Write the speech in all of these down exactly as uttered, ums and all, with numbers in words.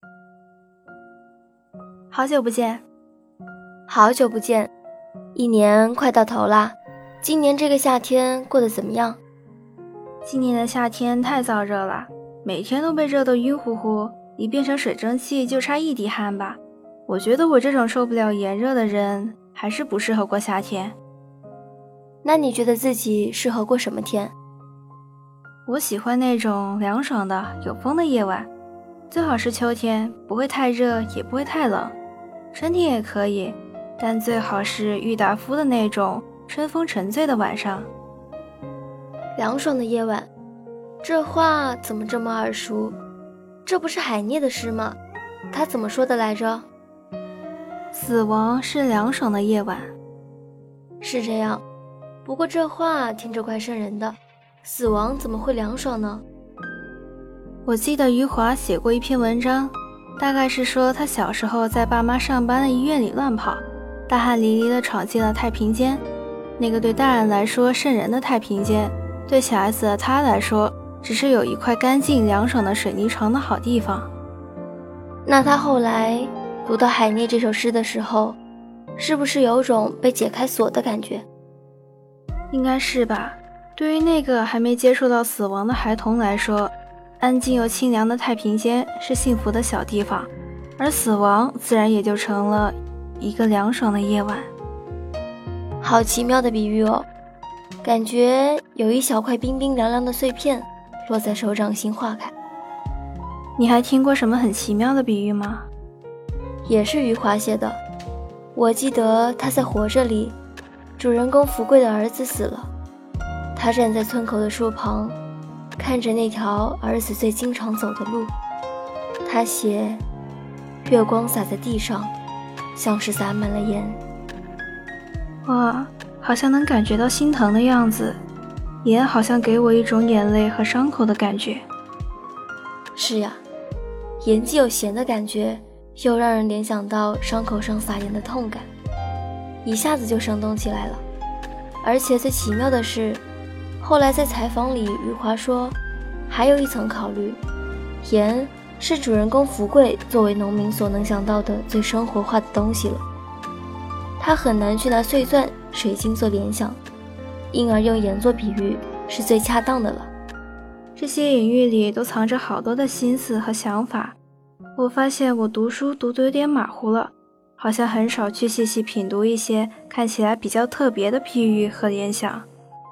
好久不见。 好久不见，一年快到头啦，今年这个夏天过得怎么样？ 今年的夏天太燥热了，每天都被热得晕乎乎，离变成水蒸气就差一滴汗吧。我觉得我这种受不了炎热的人，还是不适合过夏天。 那你觉得自己适合过什么天？ 我喜欢那种凉爽的有风的夜晚，最好是秋天，不会太热也不会太冷。春天也可以，但最好是郁达夫的那种春风沉醉的晚上。 凉爽的夜晚，这话怎么这么耳熟？这不是海涅的诗吗？他怎么说的来着？ 死亡是凉爽的夜晚。 是这样，不过这话听着怪瘆人的，死亡怎么会凉爽呢？ 我记得余华写过一篇文章，大概是说他小时候在爸妈上班的医院里乱跑，大汗淋漓地闯进了太平间。那个对大人来说瘆人的太平间，对小孩子的他来说，只是有一块干净凉爽的水泥床的好地方。 那他后来读到海涅这首诗的时候，是不是有种被解开锁的感觉？ 应该是吧。对于那个还没接触到死亡的孩童来说，安静又清凉的太平间是幸福的小地方，而死亡自然也就成了一个凉爽的夜晚。 好奇妙的比喻哦，感觉有一小块冰冰凉凉的碎片落在手掌心化开。 你还听过什么很奇妙的比喻吗？ 也是余华写的。我记得他在《活着》里，主人公福贵的儿子死了，他站在村口的树旁，看着那条儿子最经常走的路。他写，月光洒在地上，像是洒满了盐。 哇，好像能感觉到心疼的样子，盐好像给我一种眼泪和伤口的感觉。 是呀，盐既有咸的感觉，又让人联想到伤口上撒盐的痛感，一下子就生动起来了。而且最奇妙的是，后来在采访里余华说，还有一层考虑，盐是主人公福贵作为农民所能想到的最生活化的东西了，他很难去拿碎钻、水晶做联想，因而用盐做比喻是最恰当的了。 这些隐喻里都藏着好多的心思和想法。我发现我读书读得有点马虎了，好像很少去细细品读一些看起来比较特别的譬喻和联想。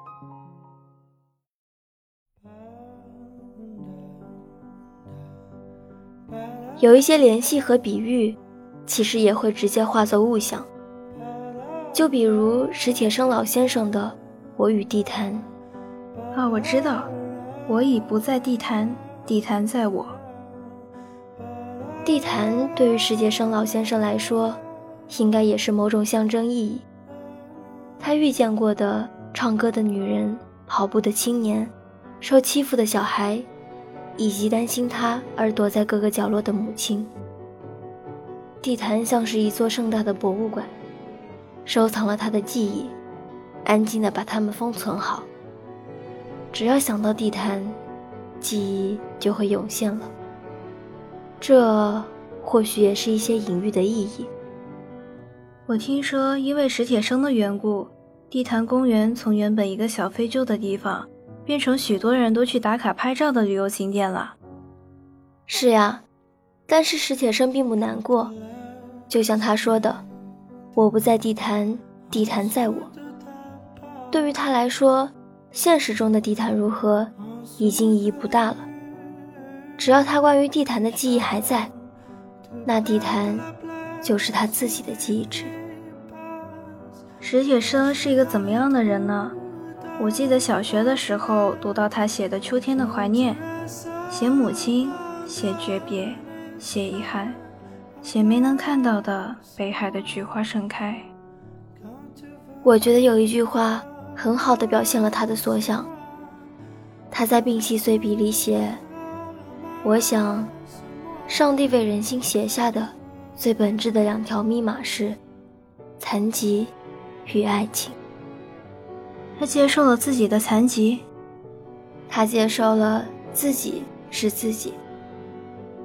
有一些联系和比喻，其实也会直接化作物象。就比如史铁生老先生的《我与地坛》。 啊，我知道，我已不在地坛，地坛在我。 地坛对于史铁生老先生来说，应该也是某种象征意义。他遇见过的唱歌的女人、跑步的青年、受欺负的小孩，以及担心他而躲在各个角落的母亲。地坛像是一座盛大的博物馆，收藏了他的记忆，安静地把它们封存好。只要想到地坛，记忆就会涌现了。这或许也是一些隐喻的意义。 我听说因为史铁生的缘故，地坛公园从原本一个小废旧的地方，变成许多人都去打卡拍照的旅游景点了。 是呀，但是史铁生并不难过，就像他说的，我不在地坛，地坛在我。对于他来说，现实中的地坛如何，已经意义不大了。只要他关于地坛的记忆还在，那地坛就是他自己的记忆值。 史铁生是一个怎么样的人呢？我记得小学的时候读到他写的《秋天的怀念》，写母亲，写诀别，写遗憾，写没能看到的北海的菊花盛开。 我觉得有一句话很好地表现了他的所想。他在《病隙随笔》里写，我想上帝为人心写下的最本质的两条密码是残疾与爱情。 他接受了自己的残疾， 他接受了自己是自己。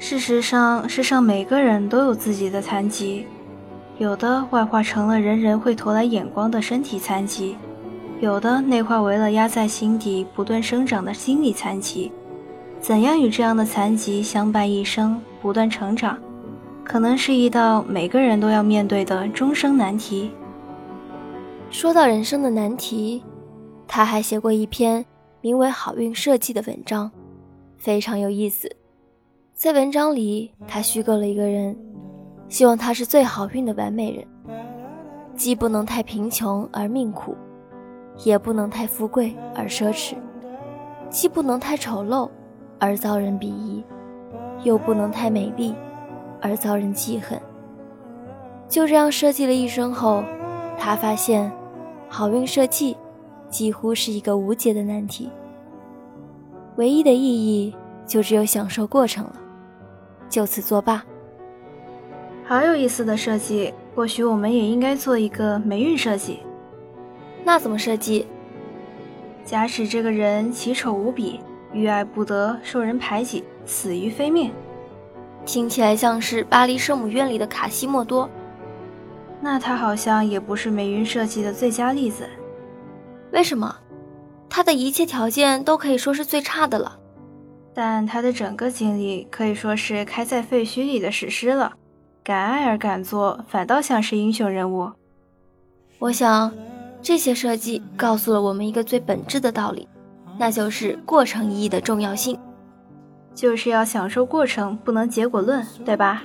事实上，世上每个人都有自己的残疾，有的外化成了人人会投来眼光的身体残疾，有的内化为了压在心底不断生长的心理残疾。怎样与这样的残疾相伴一生，不断成长，可能是一道每个人都要面对的终生难题。 说到人生的难题，他还写过一篇名为《好运设计》的文章，非常有意思。在文章里，他虚构了一个人，希望他是最好运的完美人，既不能太贫穷而命苦，也不能太富贵而奢侈，既不能太丑陋而遭人鄙夷，又不能太美丽而遭人记恨。就这样设计了一生后，他发现好运设计几乎是一个无解的难题，唯一的意义就只有享受过程了，就此作罢。 好有意思的设计，或许我们也应该做一个霉运设计。 那怎么设计？ 假使这个人奇丑无比，遇爱不得，受人排挤，死于非命。 听起来像是巴黎圣母院里的卡西莫多。 那他好像也不是霉运设计的最佳例子。 为什么？他的一切条件都可以说是最差的了。 但他的整个经历可以说是开在废墟里的史诗了，敢爱而敢做，反倒像是英雄人物。 我想这些设计告诉了我们一个最本质的道理，那就是过程意义的重要性， 就是要享受过程，不能结果论，对吧？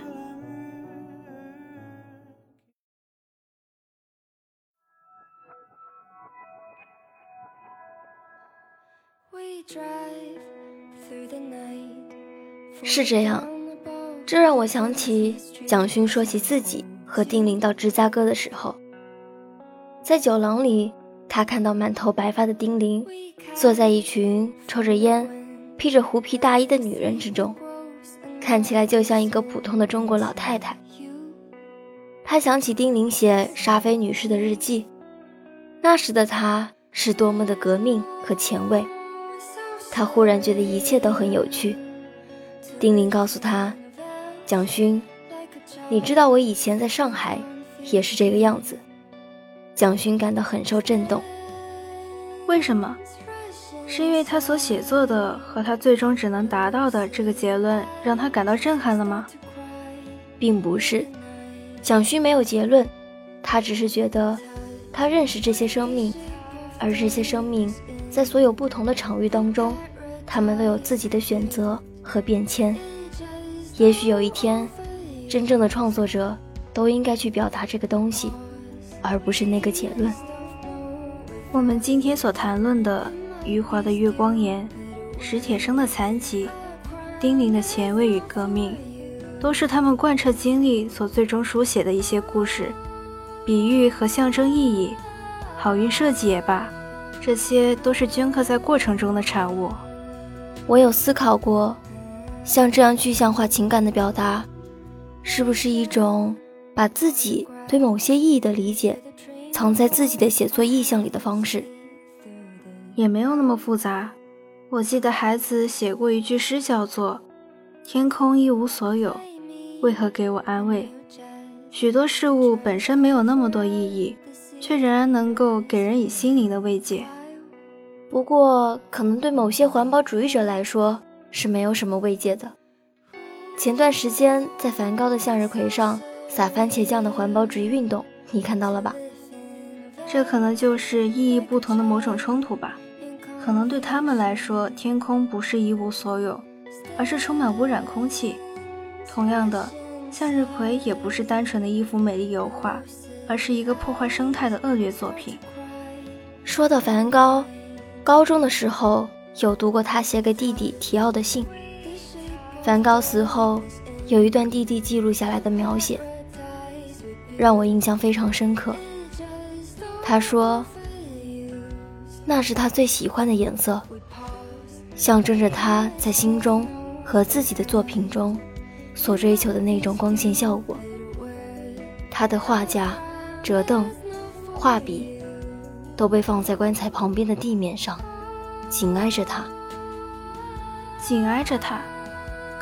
是这样，这让我想起蒋勋说起自己和丁玲到芝加哥的时候，在酒廊里，他看到满头白发的丁玲坐在一群抽着烟披着狐皮大衣的女人之中，看起来就像一个普通的中国老太太。他想起丁玲写沙菲女士的日记，那时的她是多么的革命和前卫。他忽然觉得一切都很有趣。丁玲告诉他，蒋勋，你知道我以前在上海也是这个样子。蒋勋感到很受震动。 为什么？是因为他所写作的和他最终只能达到的这个结论让他感到震撼了吗？ 并不是，蒋勋没有结论，他只是觉得他认识这些生命，而这些生命在所有不同的场域当中，他们都有自己的选择和变迁。也许有一天，真正的创作者都应该去表达这个东西，而不是那个结论。 我们今天所谈论的余华的月光岩、史铁生的残疾、丁玲的前卫与革命，都是他们贯彻经历所最终书写的一些故事、比喻和象征意义。好运设计也罢，这些都是镌刻在过程中的产物。 我有思考过，像这样具象化情感的表达，是不是一种把自己对某些意义的理解藏在自己的写作意象里的方式？ 也没有那么复杂。我记得孩子写过一句诗，叫做天空一无所有，为何给我安慰？许多事物本身没有那么多意义，却仍然能够给人以心灵的慰藉。 不过可能对某些环保主义者来说是没有什么慰藉的。前段时间在梵高的向日葵上撒番茄酱的环保主义运动，你看到了吧？ 这可能就是意义不同的某种冲突吧。可能对他们来说，天空不是一无所有，而是充满污染空气。同样的，向日葵也不是单纯的一幅美丽油画，而是一个破坏生态的恶劣作品。 说到梵高，高中的时候有读过他写给弟弟提奥的信。梵高死后，有一段弟弟记录下来的描写，让我印象非常深刻。他说，那是他最喜欢的颜色，象征着他在心中和自己的作品中所追求的那种光线效果。他的画架、折凳、画笔都被放在棺材旁边的地面上，紧挨着他。 紧挨着他，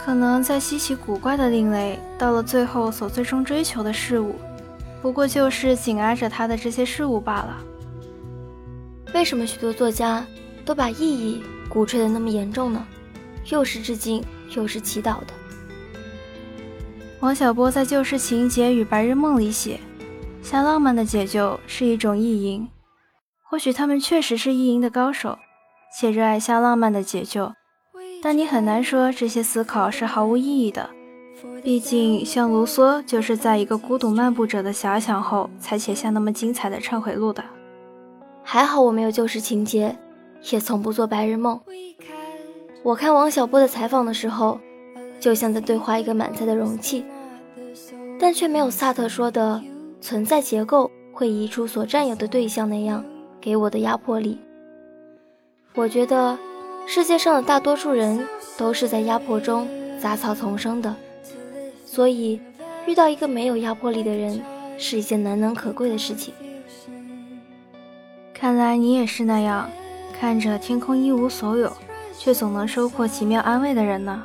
可能再稀奇古怪的另类，到了最后所最终追求的事物，不过就是紧挨着它的这些事物罢了。 为什么许多作家都把意义鼓吹得那么严重呢？又是致敬，又是祈祷的。 王小波在《旧时情节与白日梦》里写，下浪漫的解救是一种意淫。或许他们确实是意淫的高手，且热爱下浪漫的解救，但你很难说这些思考是毫无意义的。毕竟像卢梭就是在一个孤独漫步者的遐想后才写下那么精彩的忏悔录的。 还好我没有旧时情节，也从不做白日梦。我看王小波的采访的时候，就像在对话一个满载的容器，但却没有萨特说的存在结构会移出所占有的对象那样给我的压迫力。我觉得世界上的大多数人都是在压迫中杂草丛生的，所以遇到一个没有压迫力的人是一件难能可贵的事情。 看来你也是那样看着天空一无所有，却总能收获奇妙安慰的人呢。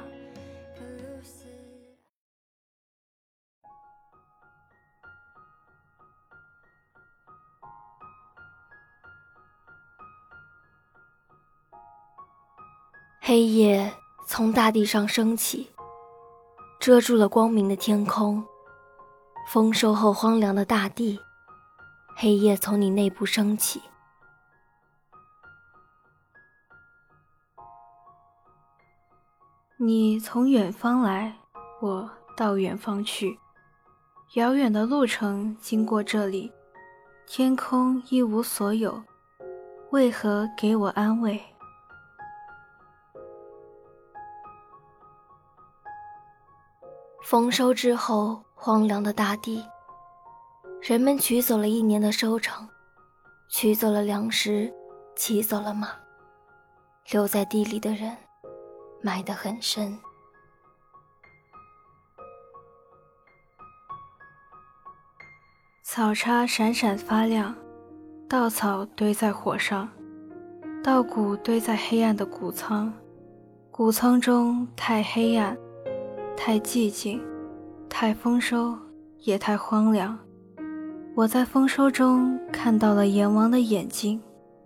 黑夜从大地上升起，遮住了光明的天空。丰收后荒凉的大地，黑夜从你内部升起。 你从远方来，我到远方去，遥远的路程经过这里，天空一无所有，为何给我安慰？ 丰收之后荒凉的大地，人们取走了一年的收成，取走了粮食，骑走了马，留在地里的人埋得很深。 草叉闪闪发亮，稻草堆在火上，稻谷堆在黑暗的谷仓，谷仓中太黑暗，太寂静，太丰收，也太荒凉。我在丰收中看到了阎王的眼睛。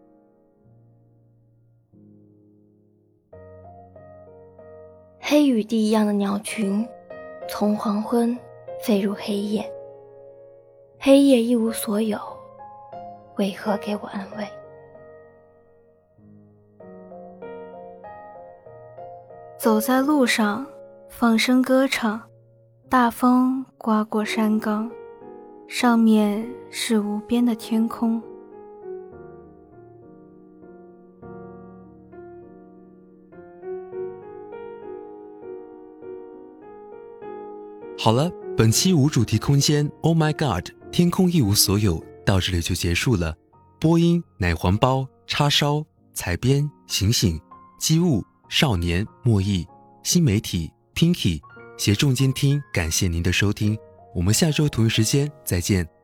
黑雨滴一样的鸟群从黄昏飞入黑夜，黑夜一无所有，为何给我安慰？ 走在路上，放声歌唱，大风刮过山岗，上面是无边的天空。 好了，本期无主题空间 Oh My God 天空一无所有到这里就结束了。播音奶黄包、叉烧、采编醒醒、机务、少年、莫弈、新媒体 Pinky、协众监听，感谢您的收听，我们下周同一时间再见。